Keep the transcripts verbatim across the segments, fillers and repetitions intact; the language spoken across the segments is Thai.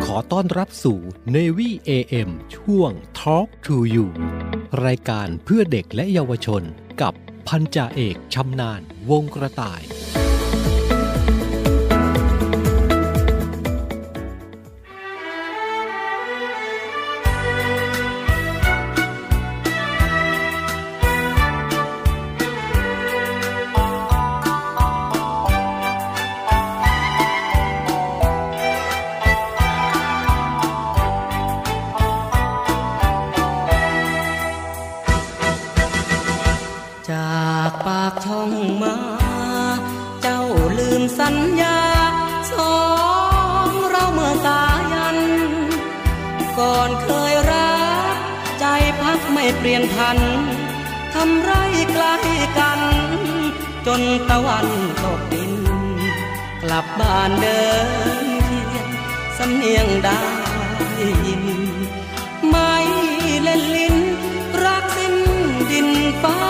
ขอต้อนรับสู่ Navy เอ เอ็ม ช่วง Talk to You รายการเพื่อเด็กและเยาวชนกับพันจ่าเอกชำนาญวงกระต่ายสัญญาสองเราเมื่อสายันก่อนเคยรักใจพักไม่เปลี่ยนพันทำไรใกล้กันจนตะวันตกดินกลับบ้านเดินเทียนสำเนียงได้ยินไม่เล่นลิ้นรักสิ้นดินฟ้า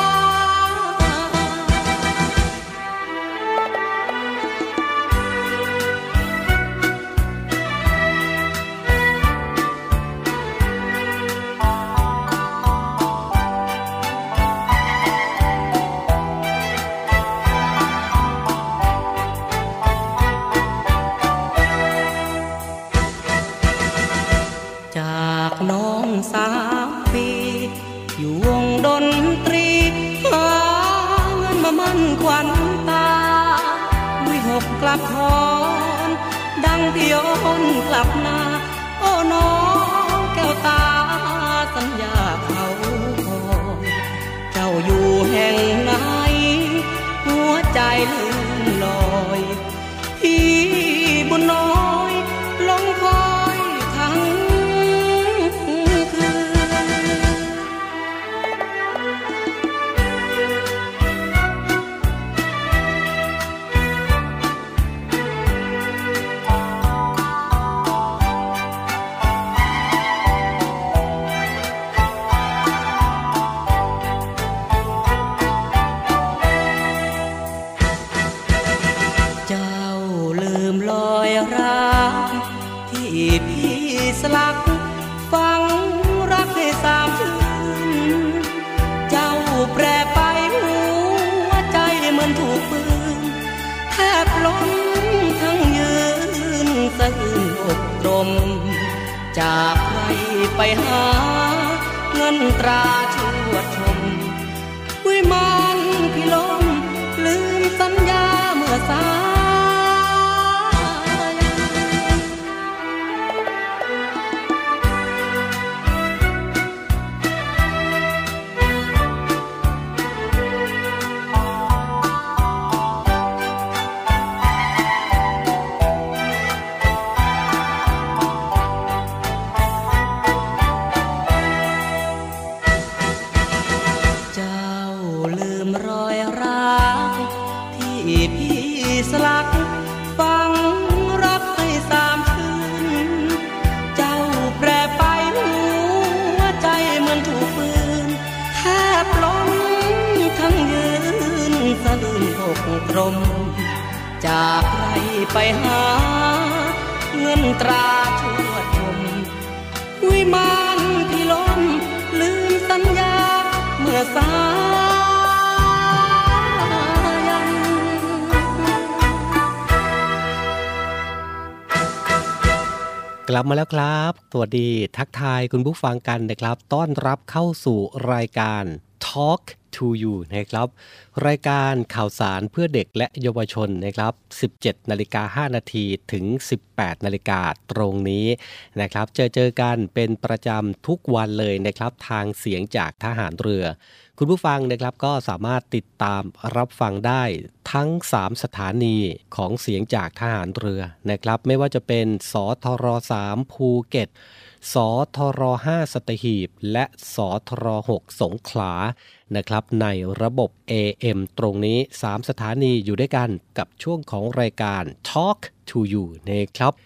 น้องสามปีอยู่วงดนตรีหาเงินมามั่นขวัญตาวิหกกลับหอนดังพี่โอนกลับนาโอ้น้องแก้วตาสัญญาเขาคอยเจ้าอยู่แห่งไหนหัวใจลื่นลอยพี่บุญน้อยลงคอยทั้งสลักฟังรักให้สามคืนเจ้าแปรไปหัวใจเหมือนถูกปืนแทบล้มทั้งยืนสะอื้นอกตรมจากใครไปหาเงินตราชวดชมวิมานพี่ล้มลืมสัญญาเมื่อสสลักฟังรักให้สามคืนเจ้าแปรไปหัวใจเหมือนถูกปืนแทบล้มทั้งยืนสะดุ้งอกตรมจากใครไปหาเงินตราชวดชมวิมานพี่ล้มลืมสัญญาเมื่อสากลับมาแล้วครับสวัสดีทักทายคุณผู้ฟังกันนะครับต้อนรับเข้าสู่รายการ Talk to You นะครับรายการข่าวสารเพื่อเด็กและเยาวชนนะครับ สิบเจ็ดนาฬิกาห้านาทีถึง สิบแปดนาฬิกาตรงนี้นะครับเจอเจอกันเป็นประจำทุกวันเลยนะครับทางเสียงจากทหารเรือคุณผู้ฟังนะครับก็สามารถติดตามรับฟังได้ทั้งสามสถานีของเสียงจากทหารเรือนะครับไม่ว่าจะเป็นสทรสามภูเก็ตสทรห้าสัตหีบและสทรหกสงขลานะครับในระบบ เอ เอ็ม ตรงนี้สามสถานีอยู่ด้วยกันกับช่วงของรายการ Talk to You นะครับ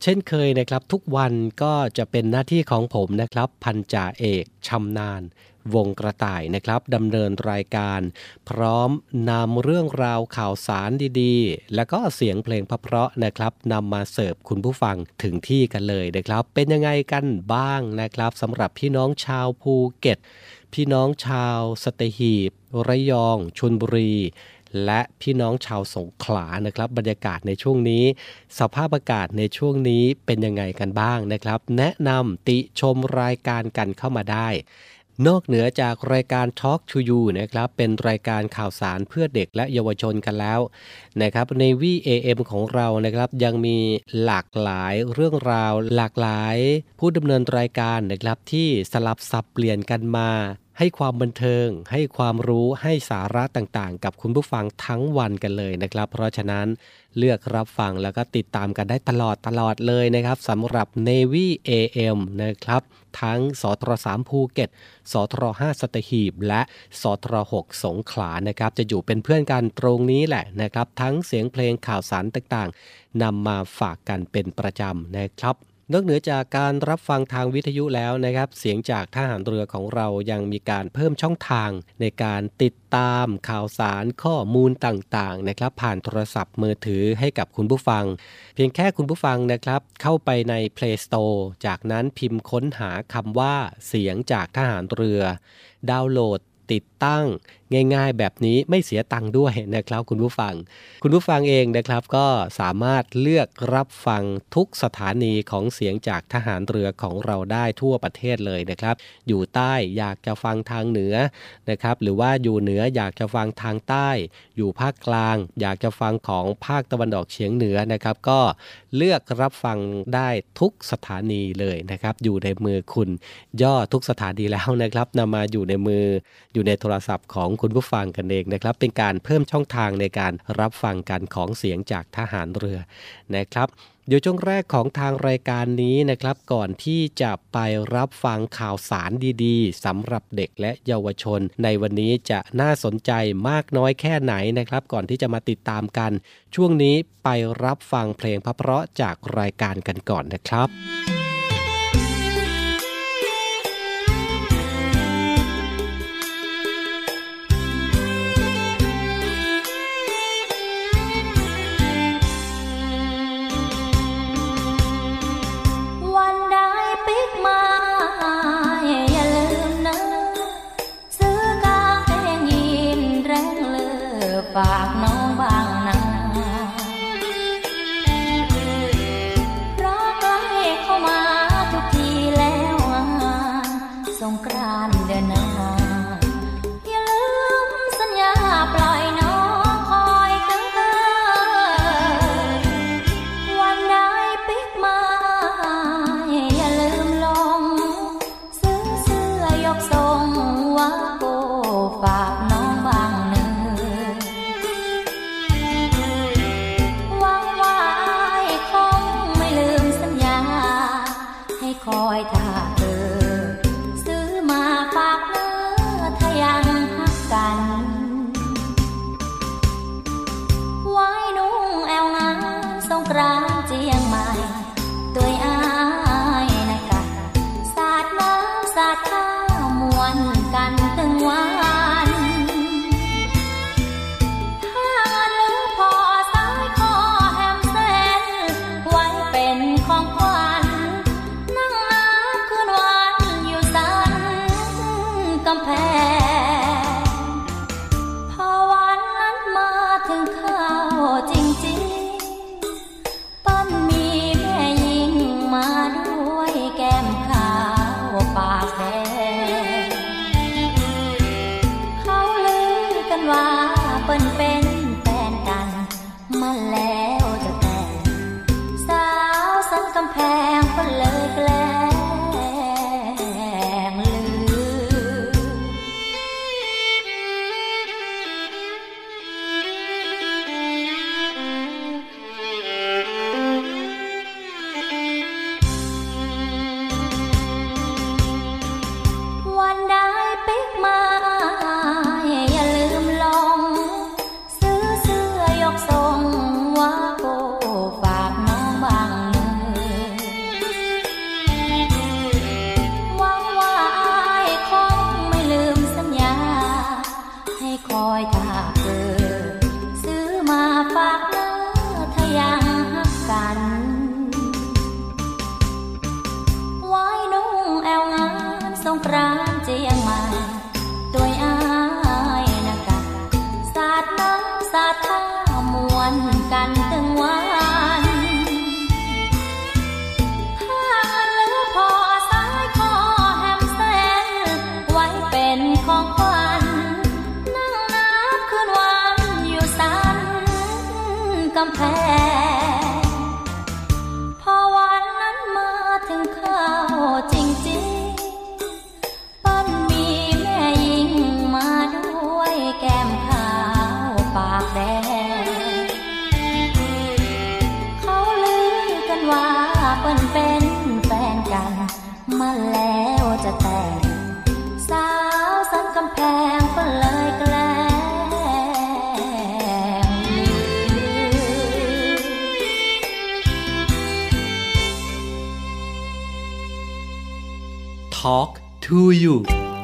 เช่นเคยนะครับทุกวันก็จะเป็นหน้าที่ของผมนะครับพันจ่าเอกชำนาญวงกระต่ายนะครับดำเนินรายการพร้อมนำเรื่องราวข่าวสารดีๆแล้วก็เสียงเพลงเพราะๆนะครับนำมาเสิร์ฟคุณผู้ฟังถึงที่กันเลยนะครับเป็นยังไงกันบ้างนะครับสำหรับพี่น้องชาวภูเก็ตพี่น้องชาวสัตหีบระยองชลบุรีและพี่น้องชาวสงขลานะครับบรรยากาศในช่วงนี้สภาพอากาศในช่วงนี้เป็นยังไงกันบ้างนะครับแนะนำติชมรายการกันเข้ามาได้นอกเหนือจากรายการ Talk to You นะครับเป็นรายการข่าวสารเพื่อเด็กและเยาวชนกันแล้วนะครับใน วี เอ เอ็ม ของเรานะครับยังมีหลากหลายเรื่องราวหลากหลายผู้ดำเนินรายการนะครับที่สลับสับเปลี่ยนกันมาให้ความบันเทิงให้ความรู้ให้สาระต่างๆกับคุณผู้ฟังทั้งวันกันเลยนะครับเพราะฉะนั้นเลือกรับฟังแล้วก็ติดตามกันได้ตลอดตลอดเลยนะครับสำหรับ Navy เอ เอ็ม นะครับทั้งสทรสามภูเก็ตสทรห้าสัตหีบและสทรหกสงขลานะครับจะอยู่เป็นเพื่อนกันตรงนี้แหละนะครับทั้งเสียงเพลงข่าวสารต่างๆนำมาฝากกันเป็นประจำนะครับนอกเหนือจากการรับฟังทางวิทยุแล้วนะครับเสียงจากทหารเรือของเรายังมีการเพิ่มช่องทางในการติดตามข่าวสารข้อมูลต่างๆนะครับผ่านโทรศัพท์มือถือให้กับคุณผู้ฟังเพียงแค่คุณผู้ฟังนะครับเข้าไปใน Play Store จากนั้นพิมพ์ค้นหาคำว่าเสียงจากทหารเรือดาวน์โหลดติดตั้งง่ายๆแบบนี้ไม่เสียตังค์ด้วยนะครับคุณผู้ฟังคุณผู้ฟังเองนะครับก็สามารถเลือกรับฟังทุกสถานีของเสียงจากทหารเรือของเราได้ทั่วประเทศเลยนะครับอยู่ใต้อยากจะฟังทางเหนือนะครับหรือว่าอยู่เหนืออยากจะฟังทางใต้อยู่ภาคกลางอยากจะฟังของภาคตะวันออกเฉียงเหนือนะครับก็เลือกรับฟังได้ทุกสถานีเลยนะครับอยู่ในมือคุณย่อทุกสถานีแล้วนะครับนำมาอยู่ในมืออยู่ในโทรศัพท์ของคุณผู้ฟังกันเองนะครับเป็นการเพิ่มช่องทางในการรับฟังกันของเสียงจากทหารเรือนะครับเดี๋ยวช่วงแรกของทางรายการนี้นะครับก่อนที่จะไปรับฟังข่าวสารดีๆสำหรับเด็กและเยาวชนในวันนี้จะน่าสนใจมากน้อยแค่ไหนนะครับก่อนที่จะมาติดตามกันช่วงนี้ไปรับฟังเพลงเพราะๆจากรายการกันก่อนนะครับฝากน้องบางนาเพราะใกล้เข้ามาทุกทีแล้วสงกรานต์เดือนหน้าอย่าลืมสัญญาปล่อยน้องคอยกันเถิดวันใดปิ๊กมาอย่าลืมลงซื้อเสื้อยกทรงว่าโกฝากน้องบางนาคอยถ้าเธอซื้อมาฝากเนื้อถ้ายังฮักกันไว้นุ่งแอวงานสงกรานต์เจียงใหม่ตัวอายนะกันสาดน้ำสาดข้าวมวนกันถึงวันถ้าเงินพอสายคอแฮมเส้นไว้เป็นของขวัญกำแพงพอวันนั้นมาถึงข้าวจริงๆไปเปิ้นเป็นแฟนกันมาแล้วจะแต่งสาวสันกำแพงเปิ้นเลยแกล้ง Talk to you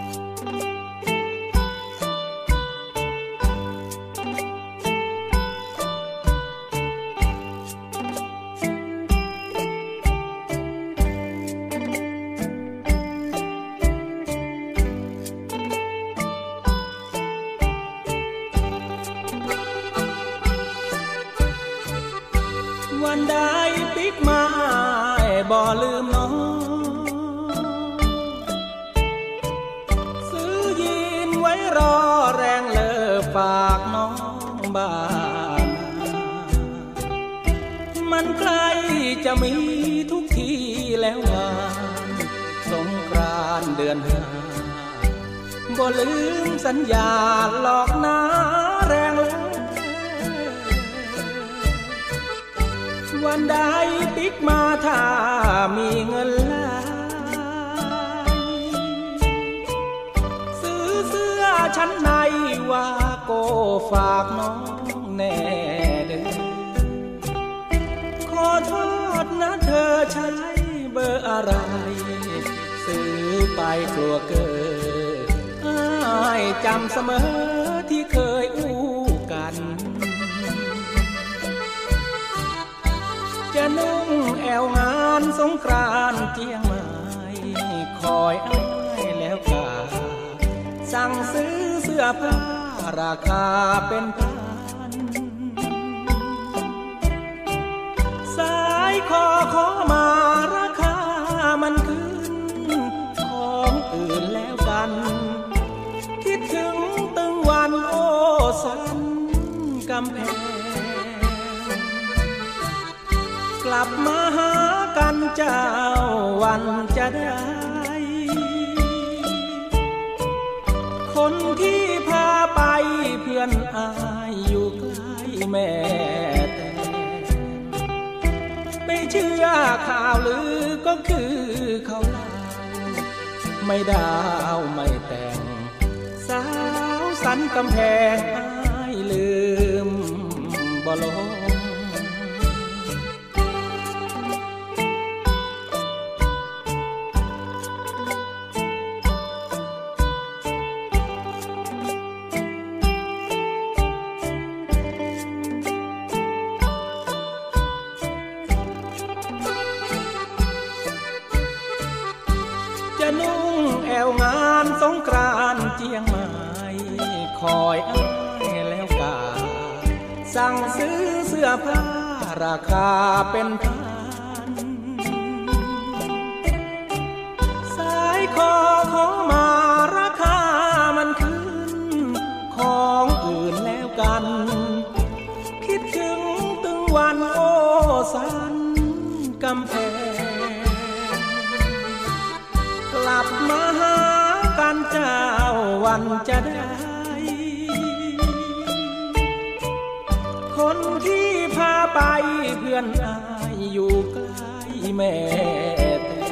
วันใดปิกมาบ่ลืมน้องซื้อยีนไว้รอแรงเลิฟฝากน้องบ้านมันใกล้จะมีทุกทีแล้วงานสงกรานต์เดือนห้าบ่ลืมสัญญาหลอกน้าแรงเลิฟวันใดปิ๊กมาถ้ามีเงินล้านซื้อเสื้อชั้นในว่าโกฝากน้องแน่เด้อขอโทษนะเธอใช้เบอร์อะไรซื้อไปกลัวเกิดอ้ายจำเสมอที่เคยอู้กันจะนุ่งแอวงานสงกรานต์เจียงใหม่คอยอ้ายแล้วกาสั่งซื้อเสื้อผ้าราคาเป็นพันสายคอขอมาราคามันขึ้นของอื่นแล้วกันคิดถึงตึงวันโอ้สันกำแพงกลับมาหากันเจ้าวันจะได้คนที่พาไปเพื่อนอายอยู่ใกล้แม่แต่ไม่เชื่อข่าวลือก็คือเขาเล่าไม่ดาวไม่แต่งสาวสันกำแพงอายลืมบ่ลงนุ่งแอวงานสงกรานต์เจียงใหม่คอยอ้ายแล้วกาสั่งซื้อเสื้อผ้าราคาเป็นพันสายคอขอมาราคามันขึ้นของอื่นแล้วกันคิดถึงตึงวันโอ้สันกำแพงกลับมาหากันเจ้าวันจะได้คนที่พาไปเพื่อนอายอยู่ใกล้แม่แต่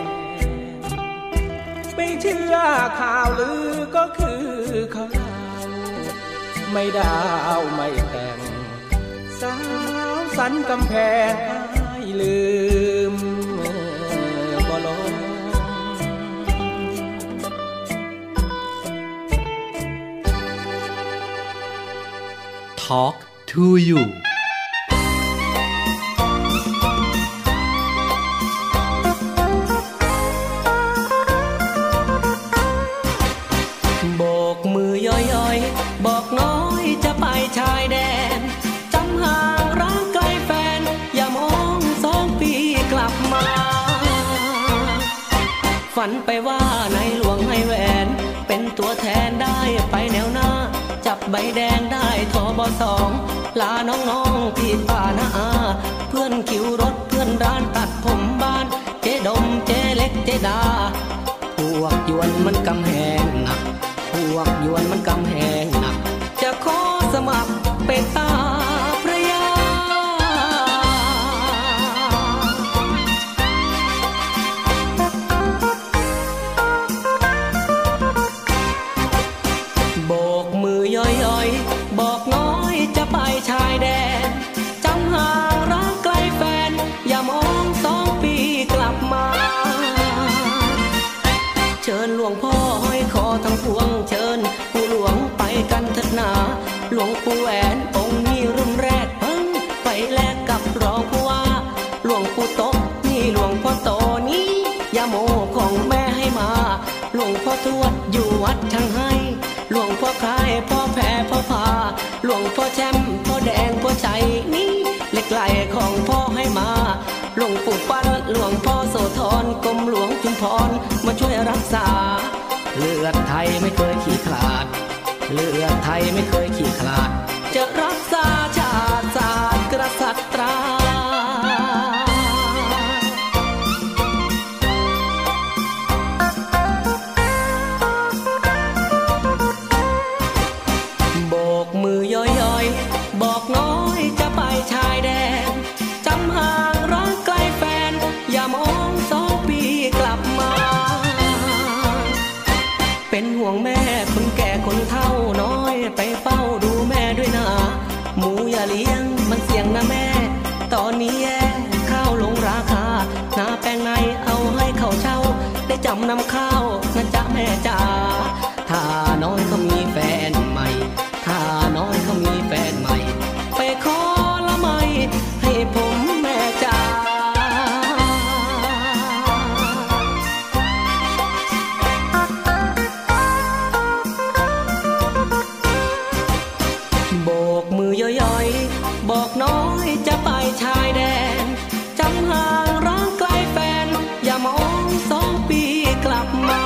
ไม่เชื่อข่าวลือก็คือเขาเล่าไม่ดาวไม่แต่งสาวสันกำแพงอายลืมบ่ลง Talk to you โบกมือย่อยๆบอกน้อยจะไปชายแดนจำห่างรักไกลแฟนอย่ามองสองปีกลับมาฝันไปว่าในหลวงให้แหวนเป็นตัวแทนได้ไปแนวหน้าจับใบแดงได้ทบสองลาน้องๆพี่ป้าน้าอาเพื่อนคิวรถเพื่อนร้านตัดผมบ้านเจ๊ดมเจ๊เล็กเจ๊ดาพวกยวนมันกำแหงหนักพวกยวนมันกำแหงหนักจะขอสมัครเป็นตาพระยาหลวงปู่ปั้นหลวงพ่อโสธรกรมหลวงจุฬาภรณ์มาช่วยรักษาเลือดไทยไม่เคยขี้ขลาดเลือดไทยไม่เคยขี้ขลาดจะรักษาชาติศาสตร์กษัตริย์ตราโบกมือย่อยๆบอกน้อยจะไปชายแดนจำห่างรักใกล้แฟนอย่ามองสองปีกลับมาเป็นห่วงแม่คนแก่คนเฒ่าน้อยไปเฝ้าดูแม่ด้วยนะหมูอย่าเลี้ยงมันเสี่ยงนะแม่ตอนนี้แย่ข้าวลงราคาหน้าแป้งในเอาให้เขาเช่าได้จำนำข้าวนะจ๊ะแม่จ๋าถ้าน้อยเขามีแฟนใหม่ถ้าน้อยเขามีแฟนใหม่ไปขอละไมให้ผมแม่จ๋าโบกมือย่อยๆบอกน้อยจะไปชายแดนจำห่างรักใกล้แฟนอย่ามองสองปีกลับมา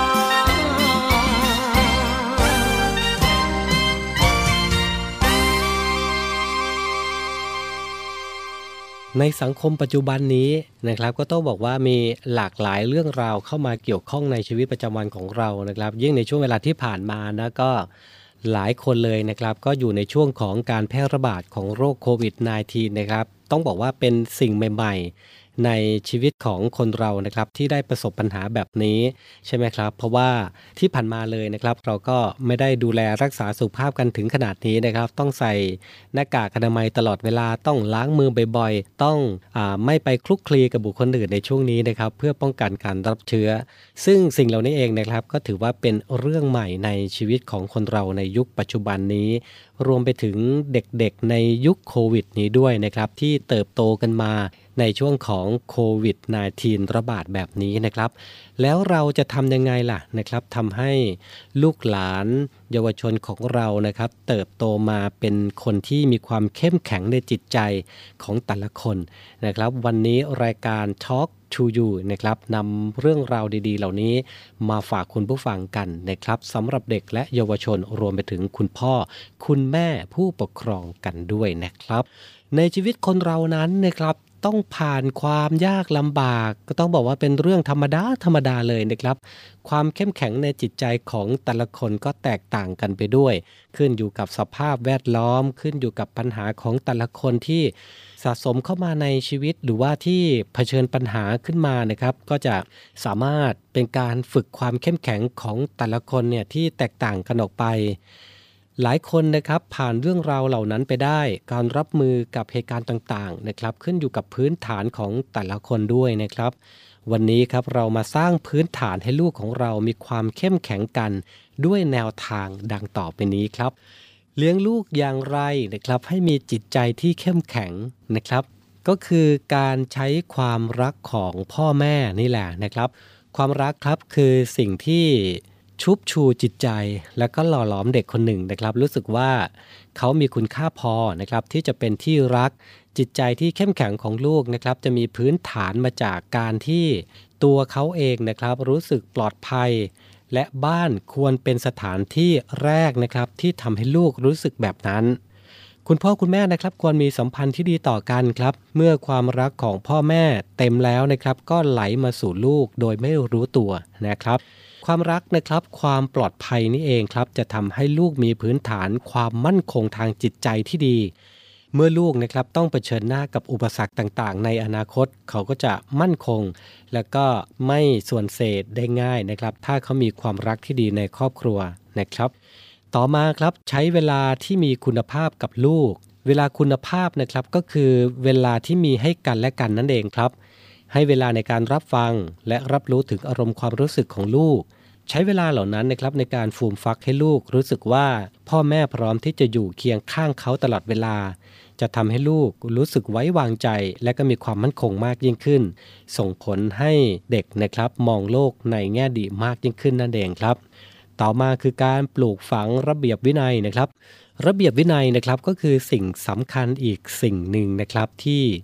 ในสังคมปัจจุบันนี้นะครับก็ต้องบอกว่ามีหลากหลายเรื่องราวเข้ามาเกี่ยวข้องในชีวิตประจำวันของเรานะครับยิ่งในช่วงเวลาที่ผ่านมานะก็หลายคนเลยนะครับก็อยู่ในช่วงของการแพร่ระบาดของโรคโควิด สิบเก้า นะครับต้องบอกว่าเป็นสิ่งใหม่ๆในชีวิตของคนเรานะครับที่ได้ประสบปัญหาแบบนี้ใช่ไหมครับเพราะว่าที่ผ่านมาเลยนะครับเราก็ไม่ได้ดูแลรักษาสุขภาพกันถึงขนาดนี้นะครับต้องใส่หน้ากากอนามัยตลอดเวลาต้องล้างมือบ่อยๆต้องอ่าไม่ไปคลุกคลีกับบุคคลอื่นในช่วงนี้นะครับเพื่อป้องกันการรับเชื้อซึ่งสิ่งเหล่านี้เองนะครับก็ถือว่าเป็นเรื่องใหม่ในชีวิตของคนเราในยุคปัจจุบันนี้รวมไปถึงเด็กๆในยุคโควิดนี้ด้วยนะครับที่เติบโตกันมาในช่วงของโควิด สิบเก้า ระบาดแบบนี้นะครับแล้วเราจะทำยังไงล่ะนะครับทำให้ลูกหลานเยาวชนของเรานะครับเติบโตมาเป็นคนที่มีความเข้มแข็งในจิตใจของแต่ละคนนะครับวันนี้รายการ Talk to You นะครับนำเรื่องราวดีๆเหล่านี้มาฝากคุณผู้ฟังกันนะครับสำหรับเด็กและเยาวชนรวมไปถึงคุณพ่อคุณแม่ผู้ปกครองกันด้วยนะครับในชีวิตคนเรานั้นนะครับต้องผ่านความยากลำบากก็ต้องบอกว่าเป็นเรื่องธรรมดาธรรมดาเลยนะครับความเข้มแข็งในจิตใจของแต่ละคนก็แตกต่างกันไปด้วยขึ้นอยู่กับสภาพแวดล้อมขึ้นอยู่กับปัญหาของแต่ละคนที่สะสมเข้ามาในชีวิตหรือว่าที่เผชิญปัญหาขึ้นมานะครับก็จะสามารถเป็นการฝึกความเข้มแข็งของแต่ละคนเนี่ยที่แตกต่างกันออกไปหลายคนนะครับผ่านเรื่องราวเหล่านั้นไปได้การรับมือกับเหตุการณ์ต่างๆนะครับขึ้นอยู่กับพื้นฐานของแต่ละคนด้วยนะครับวันนี้ครับเรามาสร้างพื้นฐานให้ลูกของเรามีความเข้มแข็งกันด้วยแนวทางดังต่อไปนี้ครับเลี้ยงลูกอย่างไรนะครับให้มีจิตใจที่เข้มแข็งนะครับก็คือการใช้ความรักของพ่อแม่นี่แหละนะครับความรักครับคือสิ่งที่ชุบชูจิตใจแล้วก็หล่อหลอมเด็กคนหนึ่งนะครับรู้สึกว่าเขามีคุณค่าพอนะครับที่จะเป็นที่รักจิตใจที่เข้มแข็งของลูกนะครับจะมีพื้นฐานมาจากการที่ตัวเขาเองนะครับรู้สึกปลอดภัยและบ้านควรเป็นสถานที่แรกนะครับที่ทำให้ลูกรู้สึกแบบนั้นคุณพ่อคุณแม่นะครับควรมีสัมพันธ์ที่ดีต่อกันครับเมื่อความรักของพ่อแม่เต็มแล้วนะครับก็ไหลมาสู่ลูกโดยไม่รู้ตัวนะครับความรักนะครับความปลอดภัยนี่เองครับจะทำให้ลูกมีพื้นฐานความมั่นคงทางจิตใจที่ดีเมื่อลูกนะครับต้องเผชิญหน้ากับอุปสรรคต่างๆในอนาคตเขาก็จะมั่นคงและก็ไม่ส่วนเศษได้ง่ายนะครับถ้าเขามีความรักที่ดีในครอบครัวนะครับต่อมาครับใช้เวลาที่มีคุณภาพกับลูกเวลาคุณภาพนะครับก็คือเวลาที่มีให้กันและกันนั่นเองครับให้เวลาในการรับฟังและรับรู้ถึงอารมณ์ความรู้สึกของลูกใช้เวลาเหล่านั้นนะครับในการฟูมฟักให้ลูกรู้สึกว่าพ่อแม่พร้อมที่จะอยู่เคียงข้างเขาตลอดเวลาจะทำให้ลูกรู้สึกไว้วางใจและก็มีความมั่นคงมากยิ่งขึ้นส่งผลให้เด็กนะครับมองโลกในแง่ดีมากยิ่งขึ้นนั่นเองครับต่อมาคือการปลูกฝังระเบียบวินัยนะครับระเบียบวินัยนะครับก็คือสิ่งสำคัญอีกสิ่งหนึ่งนะครับที่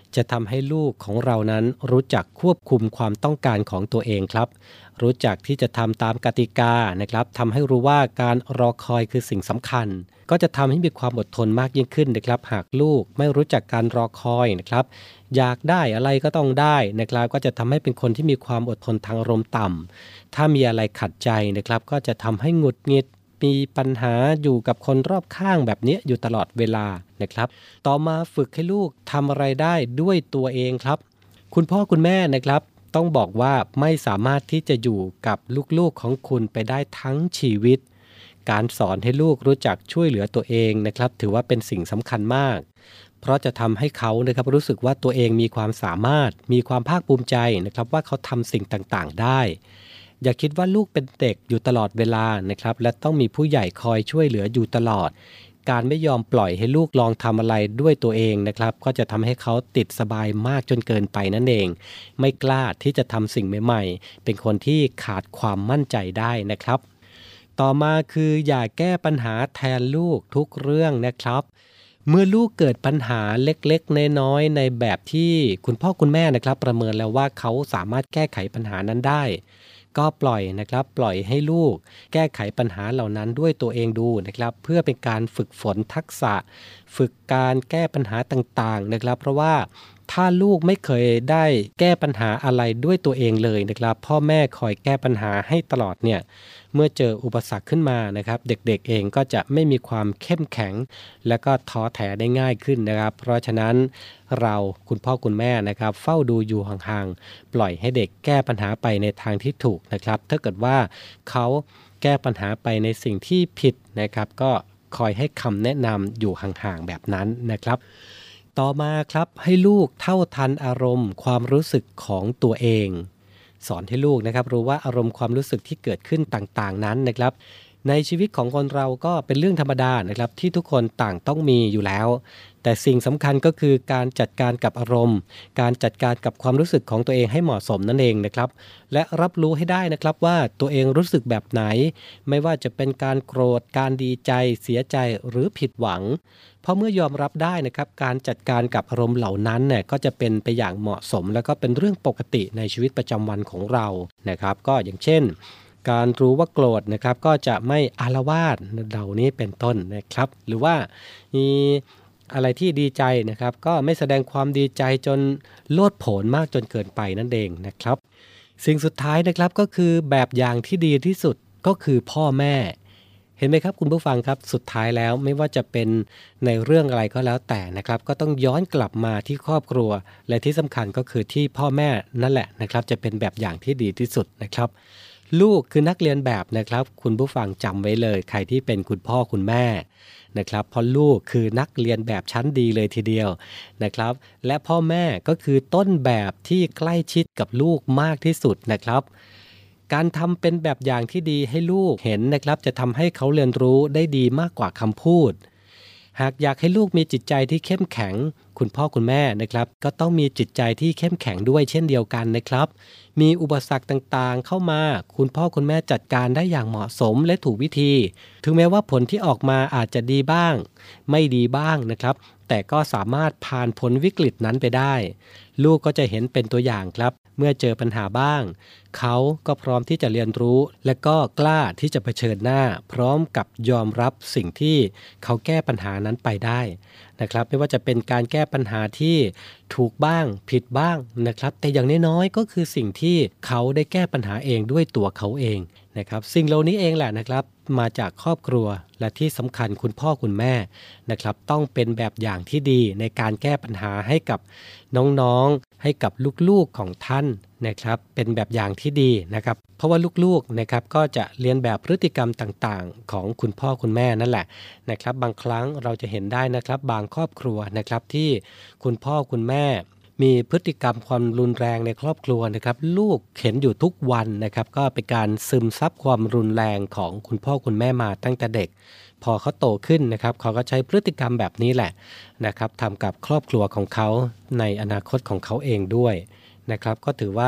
จะทำให้ลูกของเรานั้นรู้จักควบคุมความต้องการของตัวเองครับรู้จักที่จะทำตามกติกานะครับทำให้รู้ว่าการรอคอยคือสิ่งสำคัญก็จะทำให้มีความอดทนมากยิ่งขึ้นนะครับหากลูกไม่รู้จักการรอคอยนะครับอยากได้อะไรก็ต้องได้นะครับก็จะทำให้เป็นคนที่มีความอดทนทางอารมณ์ต่ำถ้ามีอะไรขัดใจนะครับก็จะทำให้หงุดหงิดมีปัญหาอยู่กับคนรอบข้างแบบนี้อยู่ตลอดเวลานะครับต่อมาฝึกให้ลูกทำอะไรได้ด้วยตัวเองครับคุณพ่อคุณแม่นะครับต้องบอกว่าไม่สามารถที่จะอยู่กับลูกๆของคุณไปได้ทั้งชีวิตการสอนให้ลูกรู้จักช่วยเหลือตัวเองนะครับถือว่าเป็นสิ่งสำคัญมากเพราะจะทำให้เขานะครับรู้สึกว่าตัวเองมีความสามารถมีความภาคภูมิใจนะครับว่าเขาทำสิ่งต่างๆได้อย่าคิดว่าลูกเป็นเด็กอยู่ตลอดเวลานะครับและต้องมีผู้ใหญ่คอยช่วยเหลืออยู่ตลอดการไม่ยอมปล่อยให้ลูกลองทำอะไรด้วยตัวเองนะครับก็จะทำให้เขาติดสบายมากจนเกินไปนั่นเองไม่กล้าที่จะทำสิ่งใหม่ๆเป็นคนที่ขาดความมั่นใจได้นะครับต่อมาคืออย่าแก้ปัญหาแทนลูกทุกเรื่องนะครับเมื่อลูกเกิดปัญหาเล็กๆน้อยๆในแบบที่คุณพ่อคุณแม่นะครับประเมินแล้วว่าเขาสามารถแก้ไขปัญหานั้นได้ก็ปล่อยนะครับปล่อยให้ลูกแก้ไขปัญหาเหล่านั้นด้วยตัวเองดูนะครับเพื่อเป็นการฝึกฝนทักษะฝึกการแก้ปัญหาต่างๆนะครับเพราะว่าถ้าลูกไม่เคยได้แก้ปัญหาอะไรด้วยตัวเองเลยนะครับพ่อแม่คอยแก้ปัญหาให้ตลอดเนี่ยเมื่อเจออุปสรรคขึ้นมานะครับเด็กๆเองก็จะไม่มีความเข้มแข็งและก็ท้อแท้ได้ง่ายขึ้นนะครับเพราะฉะนั้นเราคุณพ่อคุณแม่นะครับเฝ้าดูอยู่ห่างๆปล่อยให้เด็กแก้ปัญหาไปในทางที่ถูกนะครับถ้าเกิดว่าเขาแก้ปัญหาไปในสิ่งที่ผิดนะครับก็คอยให้คำแนะนำอยู่ห่างๆแบบนั้นนะครับต่อมาครับให้ลูกเท่าทันอารมณ์ความรู้สึกของตัวเองสอนให้ลูกนะครับรู้ว่าอารมณ์ความรู้สึกที่เกิดขึ้นต่างๆนั้นนะครับในชีวิตของคนเราก็เป็นเรื่องธรรมดานะครับที่ทุกคนต่างต้องมีอยู่แล้วแต่สิ่งสำคัญก็คือการจัดการกับอารมณ์การจัดการกับความรู้สึกของตัวเองให้เหมาะสมนั่นเองนะครับและรับรู้ให้ได้นะครับว่าตัวเองรู้สึกแบบไหนไม่ว่าจะเป็นการโกรธการดีใจเสียใจหรือผิดหวังเพราะเมื่อยอมรับได้นะครับการจัดการกับอารมณ์เหล่านั้นเนี่ยก็จะเป็นไปอย่างเหมาะสมแล้วก็เป็นเรื่องปกติในชีวิตประจำวันของเรานะครับก็อย่างเช่นการรู้ว่าโกรธนะครับก็จะไม่อาละวาดเหล่านี้เป็นต้นนะครับหรือว่ามีอะไรที่ดีใจนะครับก็ไม่แสดงความดีใจจนโลดโผนมากจนเกินไปนั่นเองนะครับสิ่งสุดท้ายนะครับก็คือแบบอย่างที่ดีที่สุดก็คือพ่อแม่เห็นไหมครับคุณผู้ฟังครับสุดท้ายแล้วไม่ว่าจะเป็นในเรื่องอะไรก็แล้วแต่นะครับก็ต้องย้อนกลับมาที่ครอบครัวและที่สำคัญก็คือที่พ่อแม่นั่นแหละนะครับจะเป็นแบบอย่างที่ดีที่สุดนะครับลูกคือนักเรียนแบบนะครับคุณผู้ฟังจำไว้เลยใครที่เป็นคุณพ่อคุณแม่นะครับเพราะลูกคือนักเรียนแบบชั้นดีเลยทีเดียวนะครับและพ่อแม่ก็คือต้นแบบที่ใกล้ชิดกับลูกมากที่สุดนะครับการทำเป็นแบบอย่างที่ดีให้ลูกเห็นนะครับจะทำให้เขาเรียนรู้ได้ดีมากกว่าคำพูดหากอยากให้ลูกมีจิตใจที่เข้มแข็งคุณพ่อคุณแม่นะครับก็ต้องมีจิตใจที่เข้มแข็งด้วยเช่นเดียวกันนะครับมีอุปสรรคต่างๆเข้ามาคุณพ่อคุณแม่จัดการได้อย่างเหมาะสมและถูกวิธีถึงแม้ว่าผลที่ออกมาอาจจะดีบ้างไม่ดีบ้างนะครับแต่ก็สามารถผ่านพ้นวิกฤตนั้นไปได้ลูกก็จะเห็นเป็นตัวอย่างครับเมื่อเจอปัญหาบ้างเขาก็พร้อมที่จะเรียนรู้และก็กล้าที่จะเผชิญหน้าพร้อมกับยอมรับสิ่งที่เขาแก้ปัญหานั้นไปได้นะครับไม่ว่าจะเป็นการแก้ปัญหาที่ถูกบ้างผิดบ้างนะครับแต่อย่างน้อยๆก็คือสิ่งที่เขาได้แก้ปัญหาเองด้วยตัวเขาเองนะครับสิ่งเหล่านี้เองแหละนะครับมาจากครอบครัวและที่สำคัญคุณพ่อคุณแม่นะครับต้องเป็นแบบอย่างที่ดีในการแก้ปัญหาให้กับน้องๆให้กับลูกๆของท่านนะครับเป็นแบบอย่างที่ดีนะครับเพราะว่าลูกๆนะครับก็จะเรียนแบบพฤติกรรมต่างๆของคุณพ่อคุณแม่นั่นแหละนะครับบางครั้งเราจะเห็นได้นะครับบางครอบครัวนะครับที่คุณพ่อคุณแม่มีพฤติกรรมความรุนแรงในครอบครัวนะครับลูกเห็นอยู่ทุกวันนะครับก็เป็นการซึมซับความรุนแรงของคุณพ่อคุณแม่มาตั้งแต่เด็กพอเขาโตขึ้นนะครับเขาก็ใช้พฤติกรรมแบบนี้แหละนะครับทำกับครอบครัวของเขาในอนาคตของเขาเองด้วยนะครับก็ถือว่า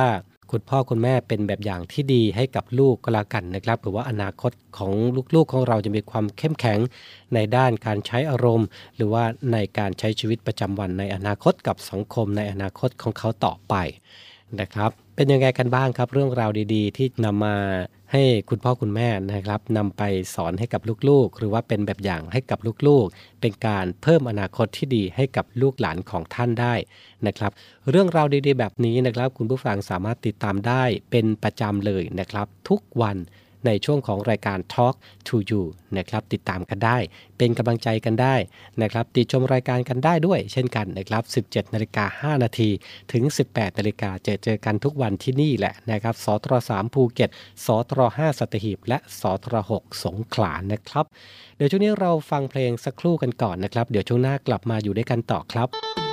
คุณพ่อคุณแม่เป็นแบบอย่างที่ดีให้กับลูกก็แล้วกันนะครับหรือว่าอนาคตของลูกๆของเราจะมีความเข้มแข็งในด้านการใช้อารมณ์หรือว่าในการใช้ชีวิตประจำวันในอนาคตกับสังคมในอนาคตของเขาต่อไปนะครับเป็นยังไงกันบ้างครับเรื่องราวดีๆที่นำมาให้คุณพ่อคุณแม่นะครับนำไปสอนให้กับลูกๆหรือว่าเป็นแบบอย่างให้กับลูกๆเป็นการเพิ่มอนาคตที่ดีให้กับลูกหลานของท่านได้นะครับเรื่องราวดีๆแบบนี้นะครับคุณผู้ฟังสามารถติดตามได้เป็นประจำเลยนะครับทุกวันในช่วงของรายการ Talk to You นะครับติดตามกันได้เป็นกำลังใจกันได้นะครับติดชมรายการกันได้ด้วยเช่นกันนะครับ สิบเจ็ดนาฬิกาห้านาที ถึง สิบแปดนาฬิกาเจอเจอกันทุกวันที่นี่แหละนะครับสทรสามภูเก็ตสทรห้าสัตหีบและสทรหกสงขลานะครับเดี๋ยวช่วงนี้เราฟังเพลงสักครู่กันก่อนนะครับเดี๋ยวช่วงหน้ากลับมาอยู่ด้วยกันต่อครับ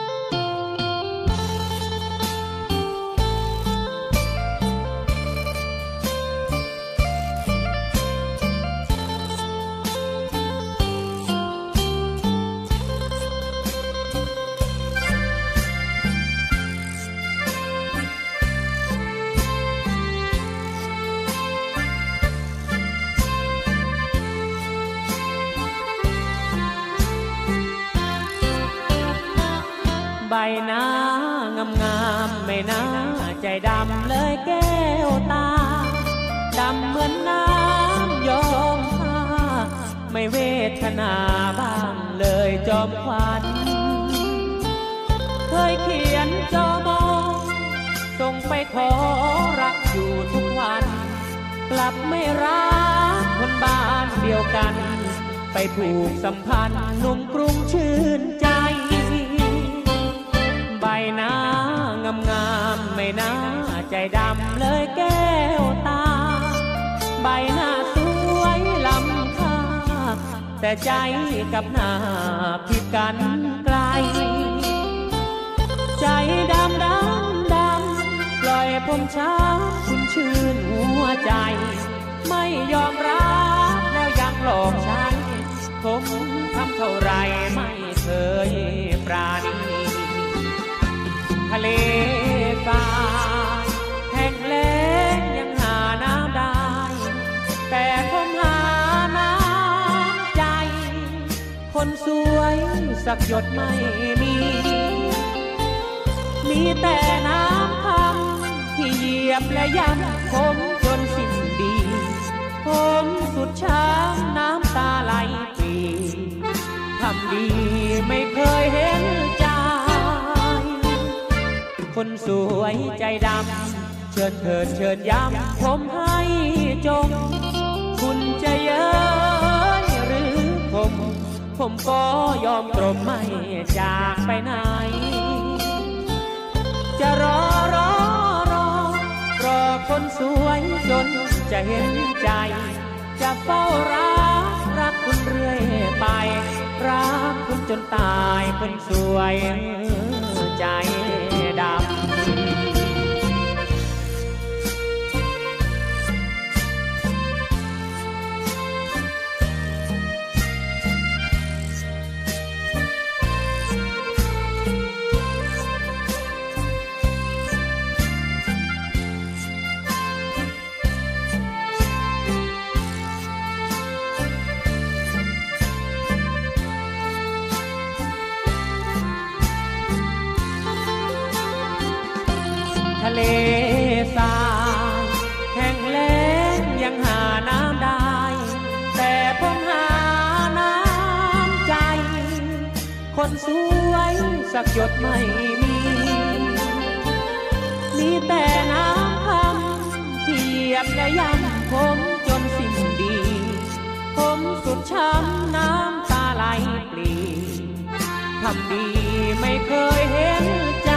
ใบหน้างามงามไม่น่าใจดำเลยแก้วตาดำเหมือนน้ำยอมผ้าไม่เวทนาบ้างเลยจอมขวัญเคยเขียนจอมองส่งไปขอรักอยู่ทุกวันกลับไม่รักคนบ้านเดียวกันไปผูกสัมพันธ์หนุ่มกรุงชื่นใจใบหน้างามงามไม่น่าใจดำเลยแก้วตาใบหน้าสวยล้ำค่าแต่ใจกับหน้าผิดกันไกลใจดำดำดำปล่อยผมช้าคุณชื่นหัวใจไม่ยอมรับแล้วยังหลอกฉันผมทำเท่าไรไม่เคยปราณีทะเลทรายแห้งแล้งยังหาน้ำได้แต่ผมหาน้ำใจคนสวยสักหยดไม่มีมีแต่น้ำคำที่เหยียบและย้ำผมจนสิ้นดีผมสุดช้ำน้ำตาไหลปีทำดีไม่เคยเห็นใจคนสวยใจดำเชิญเถิดเชิญย้ำผมให้จงคุณจะเย้ยหรือผมผมก็ยอมตรมไม่จากไปไหนจะรอรอรอรอคนสวยจนจะเห็นใจจะเฝ้ารักรักคุณเรื่อยไปรักคุณจนตายคนสวยใจดำทะเลทรายแห้งแล้งยังหาน้ำได้แต่ผมหาน้ำใจคนสวยสักหยดไม่มีมีแต่น้ำคำที่เหยียบและย้ำผมจนสิ้นดีผมสุดช้ำน้ำตาไหลปลีทำดีไม่เคยเห็นใจ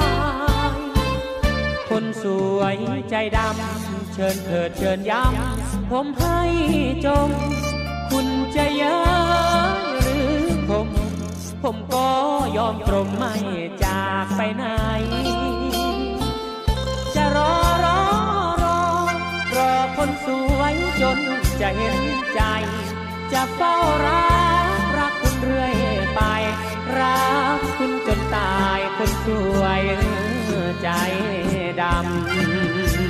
คนสวยใจดำเชิญเถิดเชิญย้ำผมให้จงคุณจะเย้ยหรือผมผมก็ยอมตรมไม่จากไปไหนจะรอรอรอรอคนสวยจนจะเห็นใจจะเฝ้ารักรักคุณเรื่อยไปรักคุณจนตายคนสวยใจดำ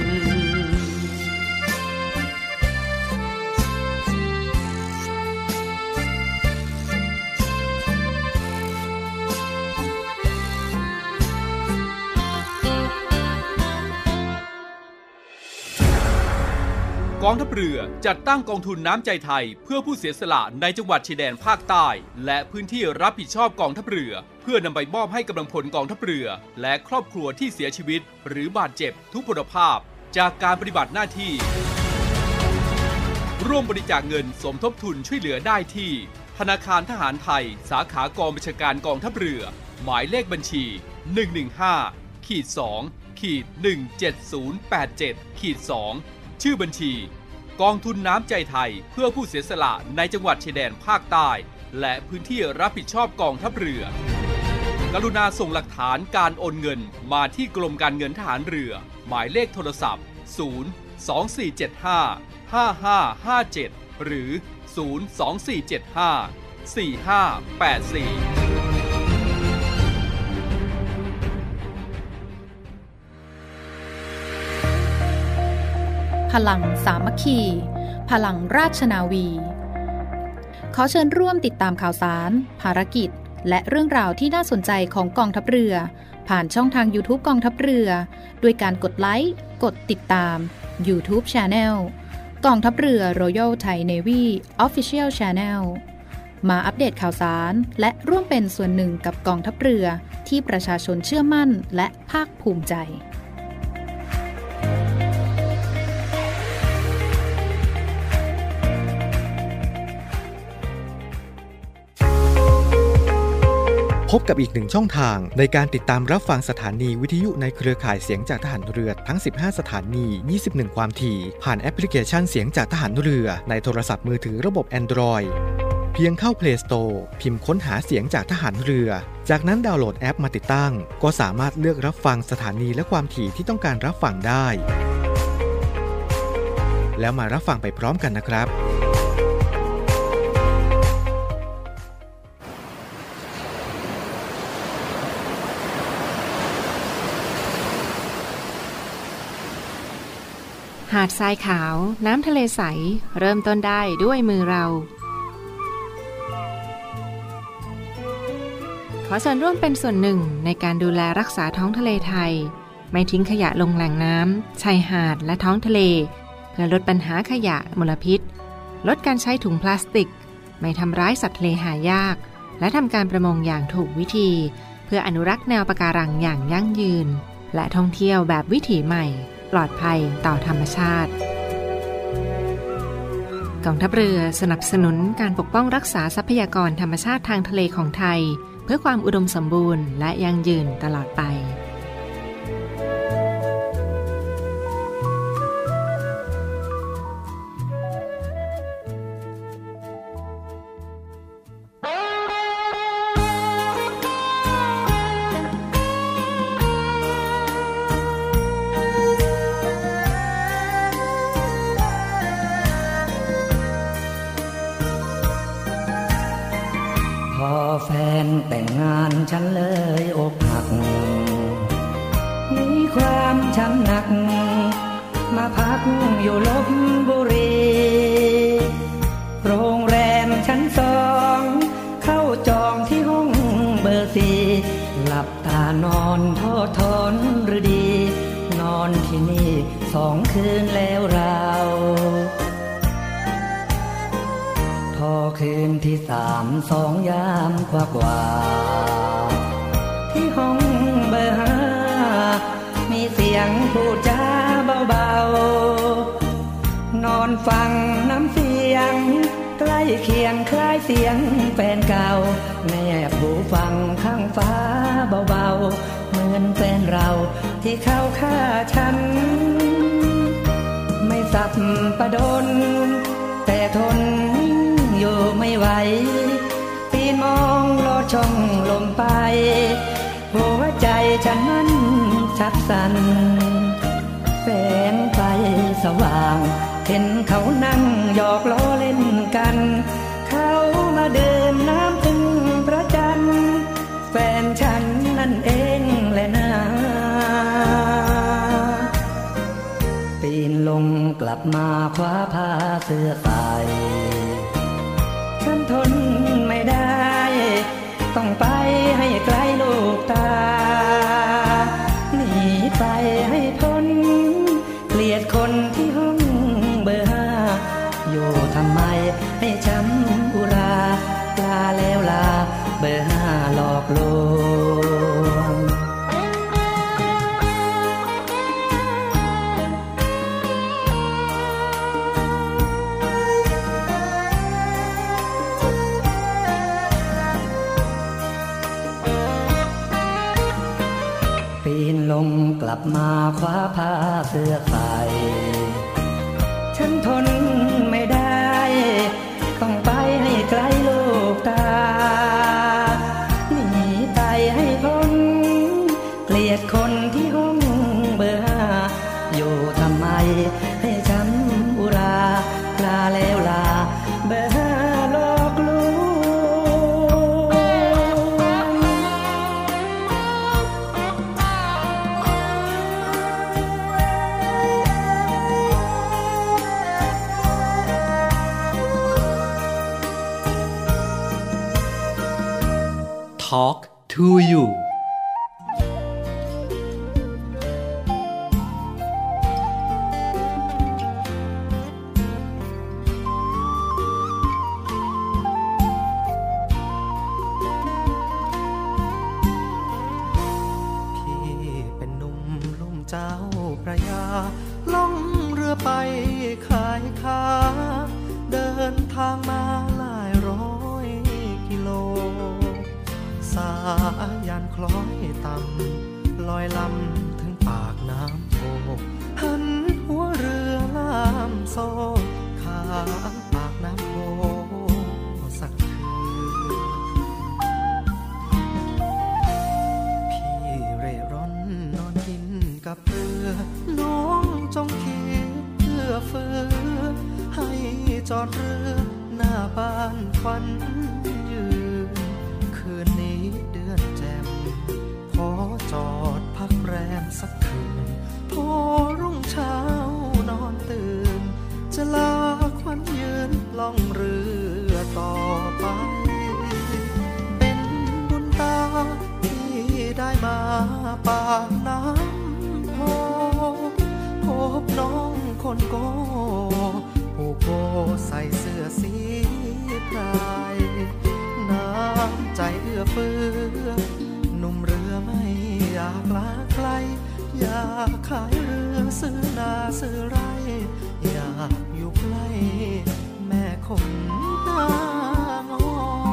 กองทัพเรือจัดตั้งกองทุนน้ำใจไทยเพื่อผู้เสียสละในจังหวัดชายแดนภาคใต้และพื้นที่รับผิดชอบกองทัพเรือเพื่อนำไปมอบให้กำลังพลกองทัพเรือและครอบครัวที่เสียชีวิตหรือบาดเจ็บทุพพลภาพจากการปฏิบัติหน้าที่ร่วมบริจาคเงินสมทบทุนช่วยเหลือได้ที่ธนาคารทหารไทยสาขากองบัญชาการกองทัพเรือหมายเลขบัญชี หนึ่ง หนึ่ง ห้า สอง หนึ่ง เจ็ด ศูนย์ แปด เจ็ด สอง ชื่อบัญชีกองทุนน้ำใจไทยเพื่อผู้เสียสละในจังหวัดชายแดนภาคใต้และพื้นที่รับผิดชอบกองทัพเรือกรุณาส่งหลักฐานการโอนเงินมาที่กรมการเงินทหารเรือหมายเลขโทรศัพท์ ศูนย์ สอง สี่ เจ็ด ห้า ห้า ห้า ห้า เจ็ด หรือ ศูนย์ สอง สี่ เจ็ด ห้า สี่ ห้า แปด สี่พลังสามัคคีพลังราชนาวีขอเชิญร่วมติดตามข่าวสารภารกิจและเรื่องราวที่น่าสนใจของกองทัพเรือผ่านช่องทาง YouTube กองทัพเรือด้วยการกดไลค์กดติดตาม YouTube Channel กองทัพเรือ Royal Thai Navy Official Channel มาอัปเดตข่าวสารและร่วมเป็นส่วนหนึ่งกับกองทัพเรือที่ประชาชนเชื่อมั่นและภาคภูมิใจพบกับอีกหนึ่งช่องทางในการติดตามรับฟังสถานีวิทยุในเครือข่ายเสียงจากทหารเรือทั้งสิบห้าสถานี ยี่สิบเอ็ด ความถี่ผ่านแอปพลิเคชันเสียงจากทหารเรือในโทรศัพท์มือถือระบบ Android เพียงเข้า Play Store พิมพ์ค้นหาเสียงจากทหารเรือจากนั้นดาวน์โหลดแอปมาติดตั้งก็สามารถเลือกรับฟังสถานีและความถี่ที่ต้องการรับฟังได้แล้วมารับฟังไปพร้อมกันนะครับหาดทรายขาวน้ำทะเลใสเริ่มต้นได้ด้วยมือเราขอส่วนร่วมเป็นส่วนหนึ่งในการดูแลรักษาท้องทะเลไทยไม่ทิ้งขยะลงแหล่งน้ำชายหาดและท้องทะเลเพื่อลดปัญหาขยะมลพิษลดการใช้ถุงพลาสติกไม่ทำร้ายสัตว์ทะเลหายากและทำการประมงอย่างถูกวิธีเพื่ออนุรักษ์แนวปะการังอย่างยั่งยืนและท่องเที่ยวแบบวิถีใหม่ปลอดภัยต่อธรรมชาติกองทัพเรือสนับสนุนการปกป้องรักษาทรัพยากรธรรมชาติทางทะเลของไทยเพื่อความอุดมสมบูรณ์และยั่งยืนตลอดไปแฟนแต่งงานฉันเลยอกหักมีความช้ำหนักมาพักอยู่ลพบุรีโรงแรมชั้นสองเข้าจองที่ห้องเบอร์สี่หลับตานอนทอดทนหรือดีนอนที่นี่สองคืนแล้วเราพอคืนที่สามสองยามกว่ากว่าที่ห้องเบอร์ห้ามีเสียงพูดจาเบาๆนอนฟังน้ำเสียงใกล้เคียงคล้ายเสียงแฟนเก่าแนบหูฟังข้างฟ้าเบาๆเหมือนแฟนเราที่เข้าฆ่าฉันไม่สับประดนแต่ทนอยู่ไม่ไหวปีนมองลอดช่องลมไปหัวใจฉันนั้นชักสั่นแสงไฟสว่างเห็นเขานั่งหยอกล้อเล่นกันเขามาดื่มน้ำพึ่งพระจันทร์แฟนฉันนั่นเองแหละนะปีนลงกลับมาคว้าผ้าเสื้อใส่ฉันทนไม่ได้ต้องไปให้ไกลลูกตาหนีไปให้พ้นเกลียดคนที่ห้องเบอร์ห้าให้ช้ำอุราลาแล้วลาเบอร์ห้าหลอกลวงปีนลงกลับมาคว้าผ้าเสื้อใส่ฉันทนไม่ได้ต้องไปให้ไกลลูกตาหนีไปให้พ้นเกลียดคนที่ห้องเบอร์ห้าอยู่ทำไมให้ช้ำอุราลาแล้วลาเบอร์ห้าหลอกลวง Talk to you เจ้าพระยาล่องเรือไปขายค้าเดินทางมาหลายร้อยกิโลสายันคล้อยต่ำลอยลำถึงปากน้ำโพหันหัวเรือล่ามโซ่ข้ามปากน้ำโพสักคืนพี่เร่ร่อนนอนกินกับเรือน้องจงคิดเพื่อเฟื้อให้จอดเรือหน้าบ้านควันยืนคืนนี้เดือนแจ่มขอจอดพักแรมสักคืนพอรุ่งเช้านอนตื่นจะลาควันยืนล่องเรือต่อไปเป็นบุญตาที่ได้มาปากน้ำโพพบน้องคนโกผูกโบใส่เสื้อสีพรายน้ำใจเอื้อเฟื้อหนุ่มเรือไม่อยากลาไกลอยากขายเรือซื้อนาซื้อไร่อยากอยู่ใกล้แม่คนหน้างอ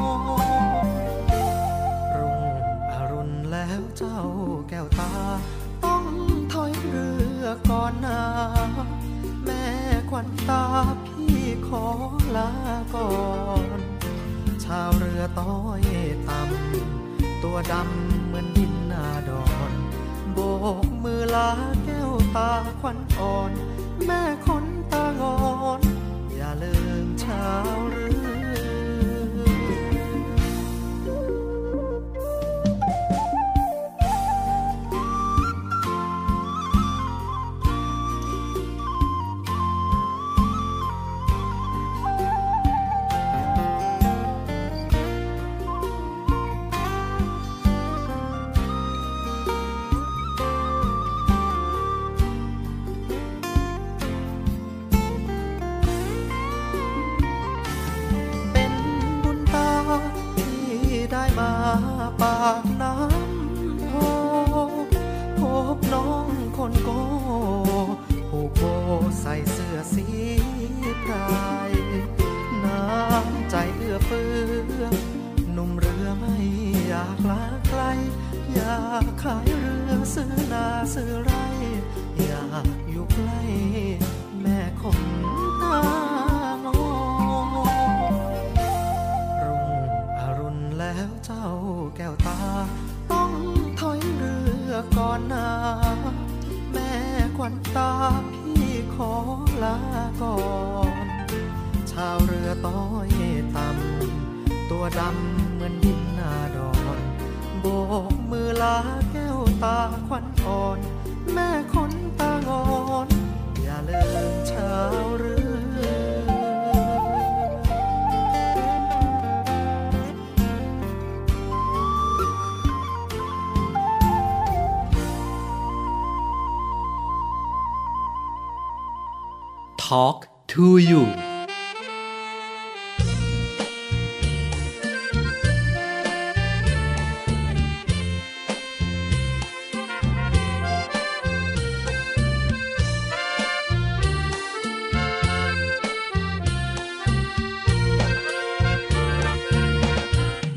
รุ่งอรุณแล้วเจ้าแก้วตาต้องถอยเรือก่อนนาแม่ควันตาพี่ขอลาก่อนชาวเรือต้อยต่ำตัวดำเหมือนดินนาดอนโบกมือลาแก้วตาควันอ่อนแม่คนตางอนอย่าลืมชาวเรือมาปากน้ำโพพบน้องคนโกผูกโบใส่เสื้อสีพรายน้ำใจเอื้อเฟื้อหนุ่มเรือไม่อยากลาไกลอยากขายเรือซื้อนาซื้อไร่อยากอยู่ใกล้แม่คนตางอแล้วเจ้าแก้วตาต้องถอยเรือก่อนนาแม่ควันตาพี่ขอลาก่อนชาวเรือต้อยต่ำตัวดำเหมือนดินนาดอนโบกมือลาแก้วตาควันอ่อนแม่คนตางอนอย่าลืมชาวเรือ Talk to you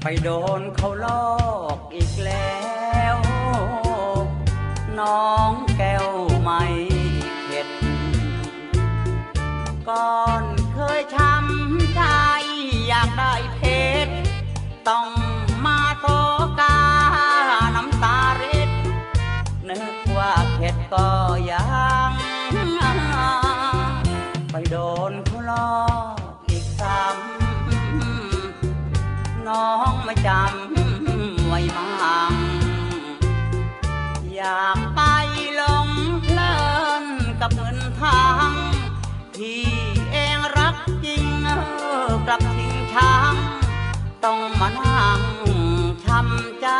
ไปโดนเขาลอกอีกแล้วน้องแก้วไม่เข็ดก่อนเคยช้ำใจอยากได้เพชรต้องมาโศกาน้ำตาเร็ดนึกว่าเข็ดก็ยังไปโดนเขาลอกอีกซ้ำน้องไม่จำไว้มั่งอยากไปหลงเพลินกับเงินทางที่เองรักจริงกลับทิ้งช้างต้องมานั่งช้ำใจ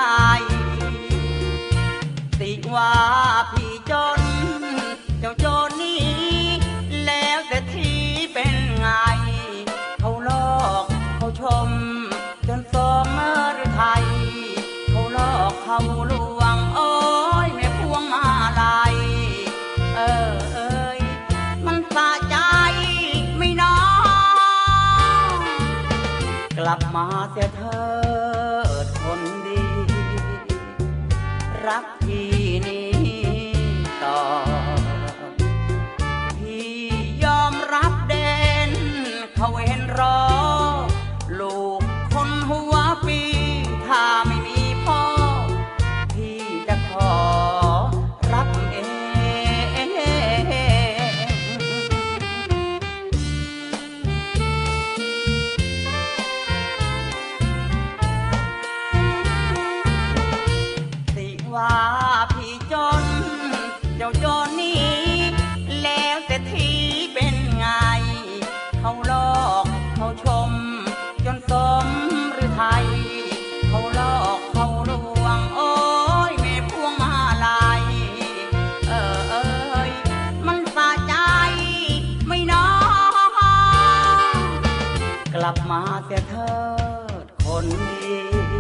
ติว่าพี่จนเจ้าโจรนี้แล้วแต่ที่เป็นไงเขาลอกเขาชมจนสมฤทัยเขาลอกเขาลวงโอ้ยแม่พวงมาลัยเออเอ้ยมันสะใจไม่น้องกลับมาเสียเถิดคนดีรักพี่นี้ต่อพี่ยอมรับเด่นเขาเห็นรอลูกคนหัวปีถ้าไม่มีพ่อพี่จะขอรับเองสิว่าพี่จนเจ้าโจรนี้แล้วเศรษฐีเป็นไงเขาลอกเขาชมจนสมฤทัยเขาลอกเขาลวงโอ้ยแม่พวงมาลัยเออเอ้ยมันสะใจไม่น้องกลับมาเสียเถิดคนดี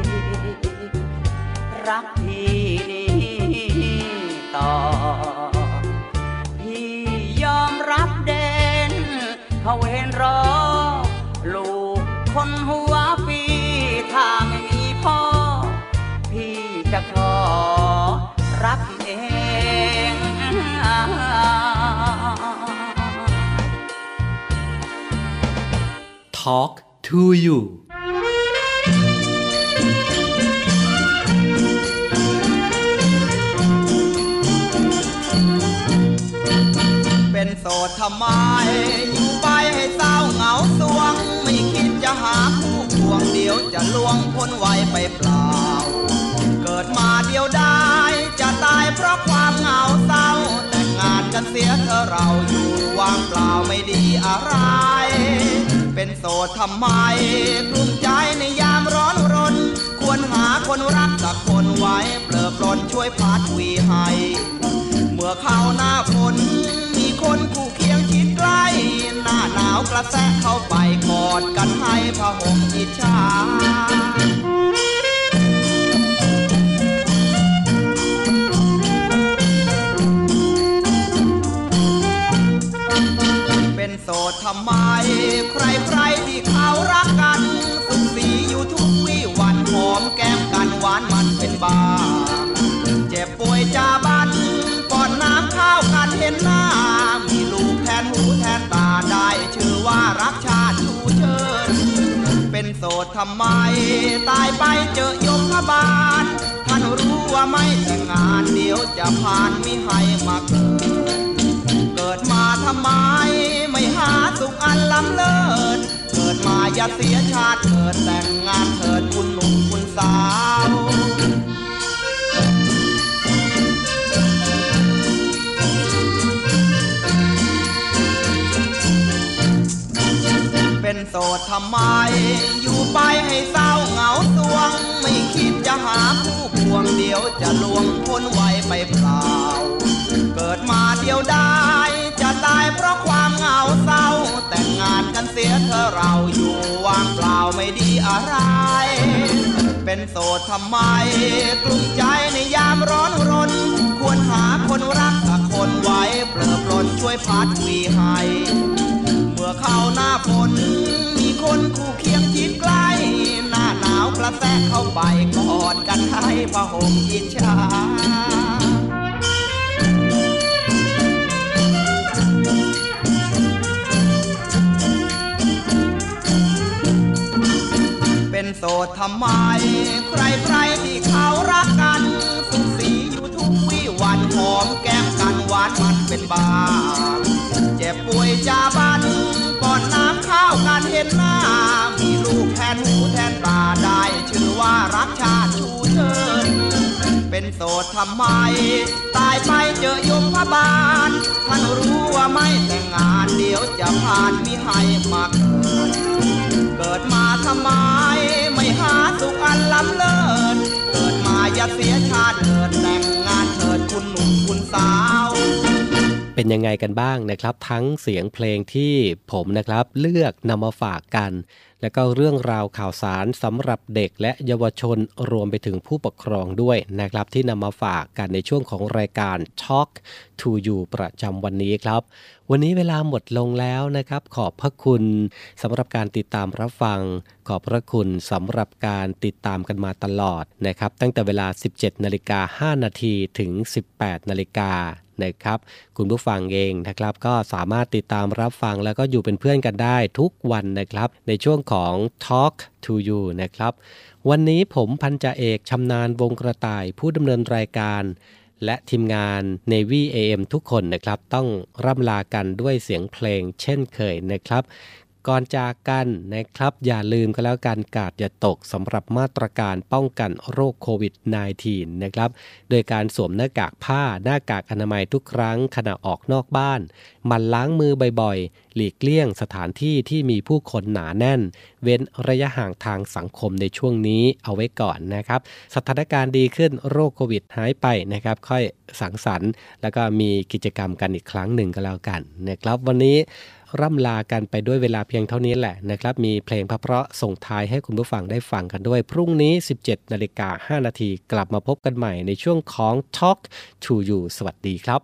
รักพี่นี้ต่อพี่ยอมรับเด่นเขาเห็นรอลูกคนหัวปีถ้าไม่มีพ่อพี่จะขอรับเอง Talk to you เป็นโสดทำไมอยู่ไปให้เศร้าเหงาสวงไม่คิดจะหาคู่ควงเดี๋ยวจะลวงพ้นไว้ไปเปล่าเกิดมาเดียวได้จะตายเพราะความเหงาเศร้าแต่งงานกันเสียเธอเราอยู่ว่างเปล่าไม่ดีอะไรเป็นโสดทำไมกลุ้มใจในยามร้อนรนควรหาคนรักสักคนไว้เปลือปลนช่วยพัดวีให้เมื่อเข้าหน้าฝนมีคนคู่เคียงชิดใกล้หน้าหนาวกระแทกเข้าไปกอดกันให้ผ้าห่มอิจฉาเป็นโสดทำไมใครใครที่เขารักกันสุขสีอยู่ทุกวี่วันหอมแก้มกันหวานมันเป็นบ้าเจ็บป่วยจาบันก่อนน้ำข้าวกันเห็นหน้ามีลูกแทนหูแทนตาได้ชื่อว่ารักชาติชูเชิญเป็นโสดทำไมตายไปเจอยมบาลท่านรู้ว่าไม่แต่งงานเดี๋ยวจะผ่านมิให้มาเกิดเกิดมาทำไมไม่หาสุขอันล้ำเลิศเกิดมาอย่าเสียชาติเกิดแต่งงานเถิดคุณหนุ่มคุณสาวเป็นโสดทำไมอยู่ไปให้เศร้าเหงาสวงไม่คิดจะหาคู่ควงเดี๋ยวจะลวงพ้นไว้ไปเปล่าเกิดมาเดียวได้จะตายเพราะความเหงาเศร้าแต่งงานกันเสียเธอเราอยู่ว่างเปล่าไม่ดีอะไรเป็นโสดทำไมกลุ้มใจในยามร้อนรนควรหาคนรักสักคนไว้เปลือปลนช่วยพัดวีให้เมื่อเข้าหน้าฝนมีคนคู่เคียงชิดใกล้หน้าหนาวกระแทรกเข้าไปกอดกันให้พะห่มอิจฉาเป็นโสดทำไมใครใครที่เขารักกันสุขสีอยู่ทุกวี่วันหอมแก้มกันหวานมันเป็นบ้าเจ็บป่วยจาบันก่อนน้ำข้าวกันเห็นหน้ามีลูกแทนหูแทนตาได้ชื่อว่ารักชาติชูเชิญเป็นโสดทำไมตายไปเจอยมพบาลท่านรู้ว่าไม่แต่งงานเดี๋ยวจะผ่านมิให้มาเกิดเกิดมาทำไมไม่หาสุขอันล้ำเลิศเกิดมาอย่าเสียชาติเกิดแต่งงานเถิดคุณหนุ่มคุณสาวเป็นยังไงกันบ้างนะครับทั้งเสียงเพลงที่ผมนะครับเลือกนำมาฝากกันแล้วก็เรื่องราวข่าวสารสำหรับเด็กและเยาวชนรวมไปถึงผู้ปกครองด้วยนะครับที่นำมาฝากกันในช่วงของรายการ Talk to You ประจำวันนี้ครับวันนี้เวลาหมดลงแล้วนะครับขอบพระคุณสำหรับการติดตามรับฟังขอบพระคุณสำหรับการติดตามกันมาตลอดนะครับตั้งแต่เวลา สิบเจ็ดนาฬิกาห้านาทีถึง สิบแปดนาฬิกานะครับคุณผู้ฟังเองนะครับก็สามารถติดตามรับฟังแล้วก็อยู่เป็นเพื่อนกันได้ทุกวันนะครับในช่วงของ Talk to You นะครับวันนี้ผมพันจ่าเอกชำนาญวงกระต่ายผู้ดำเนินรายการและทีมงาน Navy เอ เอ็ม ทุกคนนะครับต้องร่ำลากันด้วยเสียงเพลงเช่นเคยนะครับก่อนจากกันนะครับอย่าลืมก็แล้วกันกาดอย่าตกสำหรับมาตรการป้องกันโรคโควิด สิบเก้า นะครับโดยการสวมหน้ากากผ้าหน้ากากอนามัยทุกครั้งขณะออกนอกบ้านหมั่นล้างมือบ่อยๆหลีกเลี่ยงสถานที่ที่มีผู้คนหนาแน่นเว้นระยะห่างทางสังคมในช่วงนี้เอาไว้ก่อนนะครับสถานการณ์ดีขึ้นโรคโควิดหายไปนะครับค่อยสังสรรค์แล้วก็มีกิจกรรมกันอีกครั้งหนึ่งก็แล้วกันนะครับวันนี้ร่ำลากันไปด้วยเวลาเพียงเท่านี้แหละนะครับมีเพลงเพราะๆส่งท้ายให้คุณผู้ฟังได้ฟังกันด้วยพรุ่งนี้ สิบเจ็ดนาฬิกาห้านาทีกลับมาพบกันใหม่ในช่วงของ Talk to You สวัสดีครับ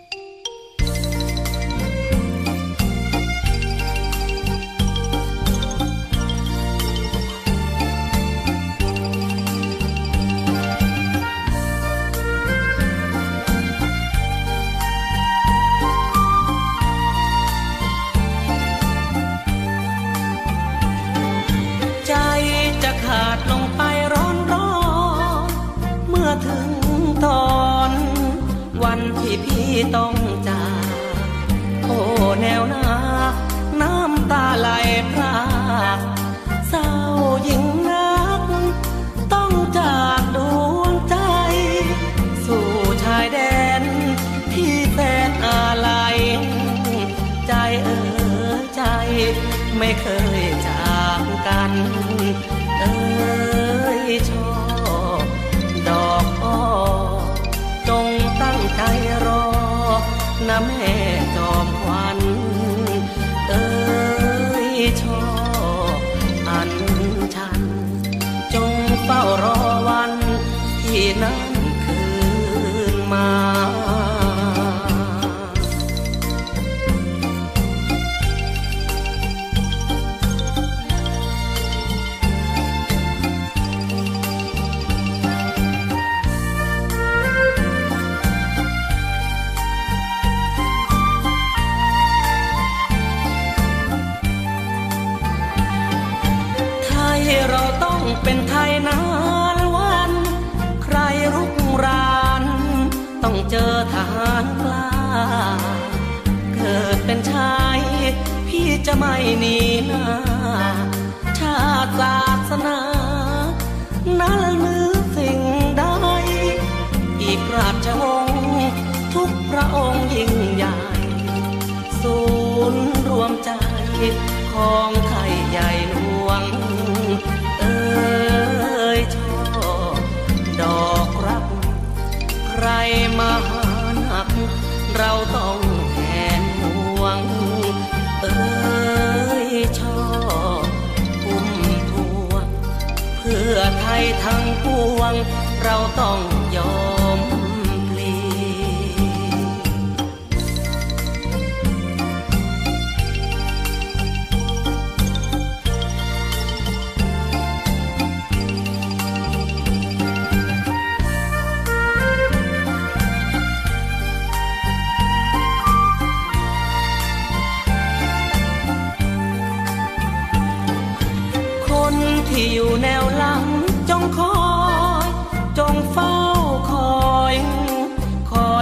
วันที่พี่ต้องจากโอ้แนวหน้าน้ำตาไหลพรากเศร้ายิ่งนักต้องจากดวงใจสู่ชายแดนที่แสนอาลัยใจเอ่ยใจไม่เคยจากกันเอ่ยชอบดอกอ้อจงตั้งใจรอนะแม่จอมขวัญเอ้ยชอบอันฉันจงเฝ้ารอวันที่นั้นคืนมาเราต้องเป็นไทยนานวันใครรุกรานต้องเจอทหารกล้าเกิดเป็นชายพี่จะไม่หนีหน้าชาติศาสนานั้นเหนือสิ่งใดอีกราชวงศ์ทุกพระองค์ยิ่งใหญ่ศูนย์รวมใจของไทยใหญ่หลวงเอ้ยชอบดอกรักใครมาหาหนักเราต้องแหนห่วงเอ้ยชอบพุ่มพวงเพื่อไทยทั้งปวงเราต้องยอมพลี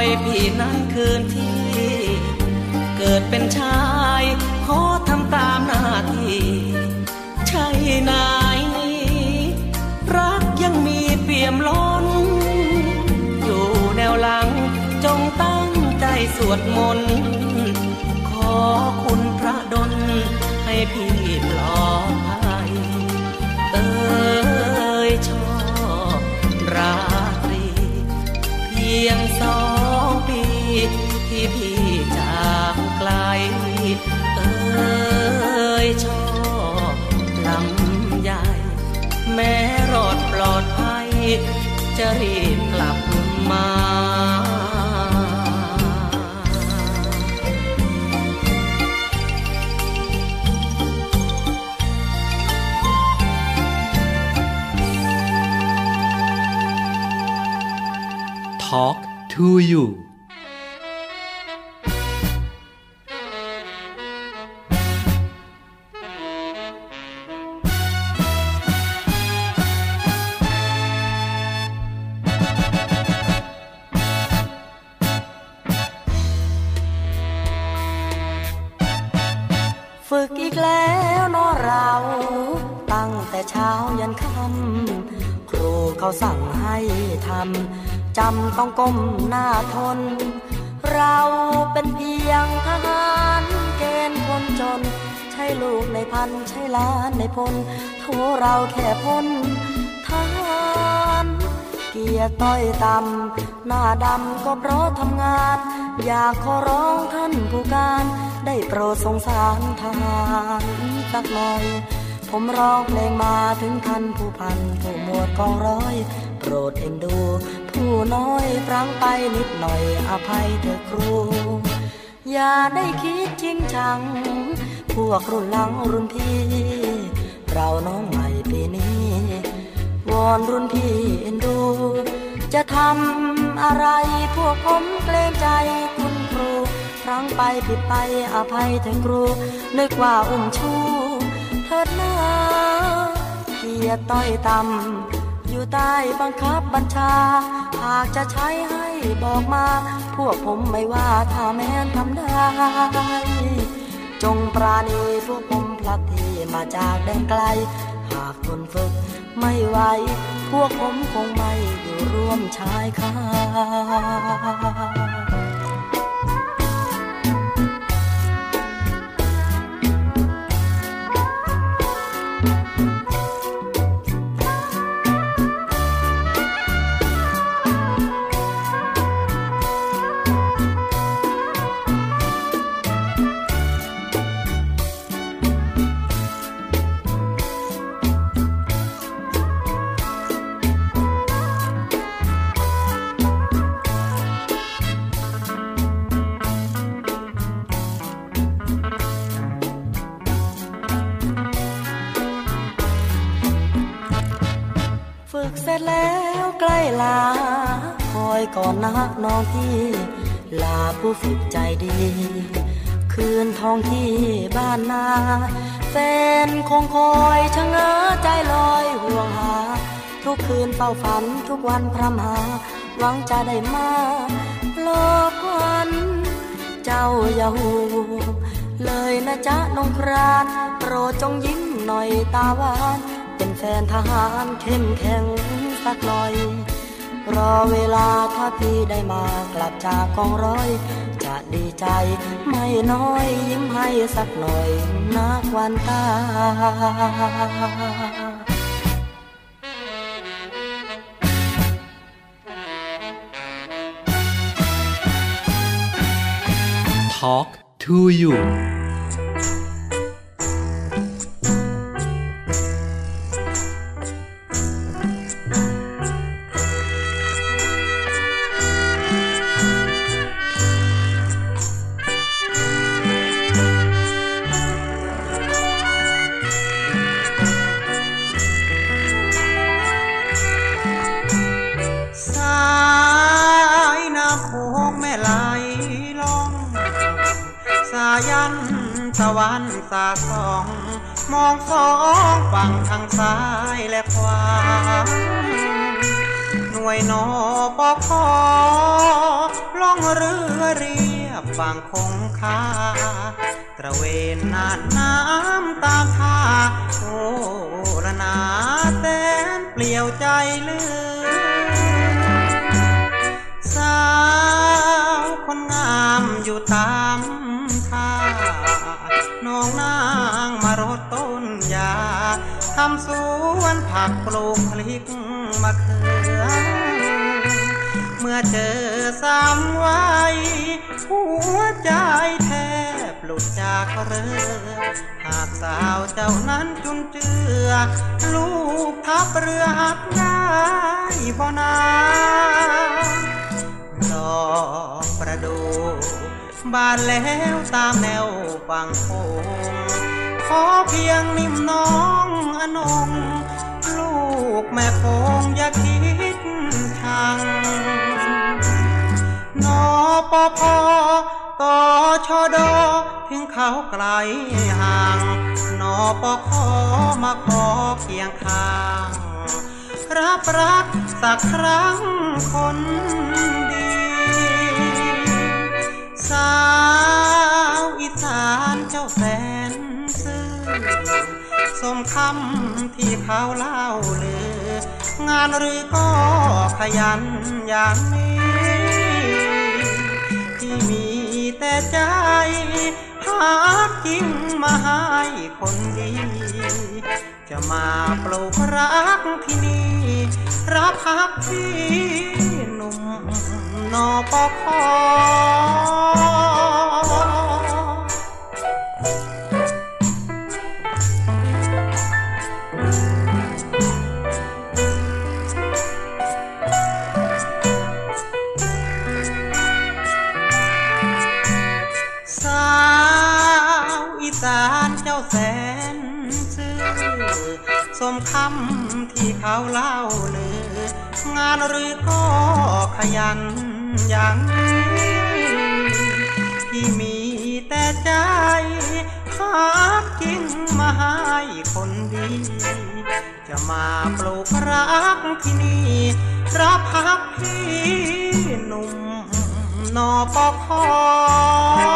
พี่นั้นคืนที่เกิดเป็นชายขอทำตามหน้าที่ใช่นายรักยังมีเปี่ยมล้นอยู่แนวหลังจงตั้งใจสวดมนต์ขอคุณพระดลให้พี่ปลอดภัยเอ่ยชอบราตรีเพียงสองปีที่พี่จากไกลเอ่ยชอบลำใหญ่แม้รอดปลอดภัยจะรีบกลับมา Talk to you ฝึกอีกแล้วเนาะเราตั้งแต่เช้ายันค่ำครูเขาสั่งให้ทำจำต้องก้มหน้าทนเราเป็นเพียงทหารเกณฑ์คนจนใช่ลูกในพันใช่ล้านในพลโทเราแค่พ้นทหารเกียรติต้อยต่ำหน้าดำก็เพราะทำงานอยากขอร้องท่านผู้การได้โปรดสงสารทหารสักหน่อยผมร้องเพลงมาถึงท่านผู้พันผู้หมวดกองร้อยโปรดเอ็นดูผู้น้อยพลั้งไปนิดหน่อยอภัยเถิดครูอย่าได้คิดจริงจังพวกรุ่นหลังรุ่นพี่เราน้องใหม่ปีนี้วอนรุ่นพี่เอ็นดูจะทำอะไรพวกผมเกรงใจคุณครูพลั้งไปผิดไปอภัยเถิดครูนึกว่าอุ้มชูเถิดหน้าเกียรติต้อยต่ำอยู่ใต้บังคับบัญชาหากจะใช้ให้บอกมาพวกผมไม่ว่าถ้าแม้นทำได้จงปราณีพวกผมพลัดที่มาจากแดนไกลหากทนฝึกไม่ไหวพวกผมคงไม่อยู่ร่วมชายคาเสร็จแล้วใกล้ลาคอยก่อนนะน้องพี่ลาผู้ฝึกใจดีคืนท้องที่บ้านนาแฟนคงคอยชะเง้อใจลอยห่วงหาทุกคืนเฝ้าฝันทุกวันพร่ำหาหวังจะได้มาโลกวันเจ้าอย่าห่วงเลยนะจ๊ะน้องครานโปรดจงยิ้มหน่อยตาหวานเป็นแฟนทหารเข้มแข็งสักหน่อยรอเวลาถ้าพี่ได้มากลับจากกองร้อยจะดีใจไม่น้อยยิ้มให้สักหน่อยนักวันตา Talk to you ยันตะวันสาดส่องมองสองฝั่งทางซ้ายและขวานวน่วยนอปอคอล่องเรือเรียบฝั่งคงคาตระเวนน่านน้ำตามท่าโอ้ระนาแสนเปลี่ยวใจลือสาวคนงามอยู่ตามท่าน้องนางมารดต้นยาทำสวนผักปลูกพลิกมะเขือเมื่อเจอสามวัยหัวใจแทบหลุดจากเรือหากสาวเจ้านั้นจุนเจือลูกทับเรือหักได้บ่นาดอกประดู่บานแล้วตามแนวฝั่งโขงขอเพียงนิ่มน้องอนงลูกแม่คงอย่าคิดชังนอปอพอต่อชอดอถึงเขาไกลห่างนอปอขอมาขอเคียงข้างรับรักสักครั้งคนดีสาวอีสานเจ้าแสนซื่อสมคำที่เขาเล่าลืองานหรือก็ขยันอย่างนี้ที่มีแต่ใจหากินมาให้คนดีจะมาปลูกรักที่นี่รับพักที่หนุ่มนอปอคอสาวอีสานเจ้าแสนซื่อสมคำที่เขาเล่าลืองานหรือก็ขยันอย่างนี้ที่มีแต่ใจหากินมาให้คนดีจะมาปลูกรักที่นี่รับพักพี่หนุ่มนอปอคอ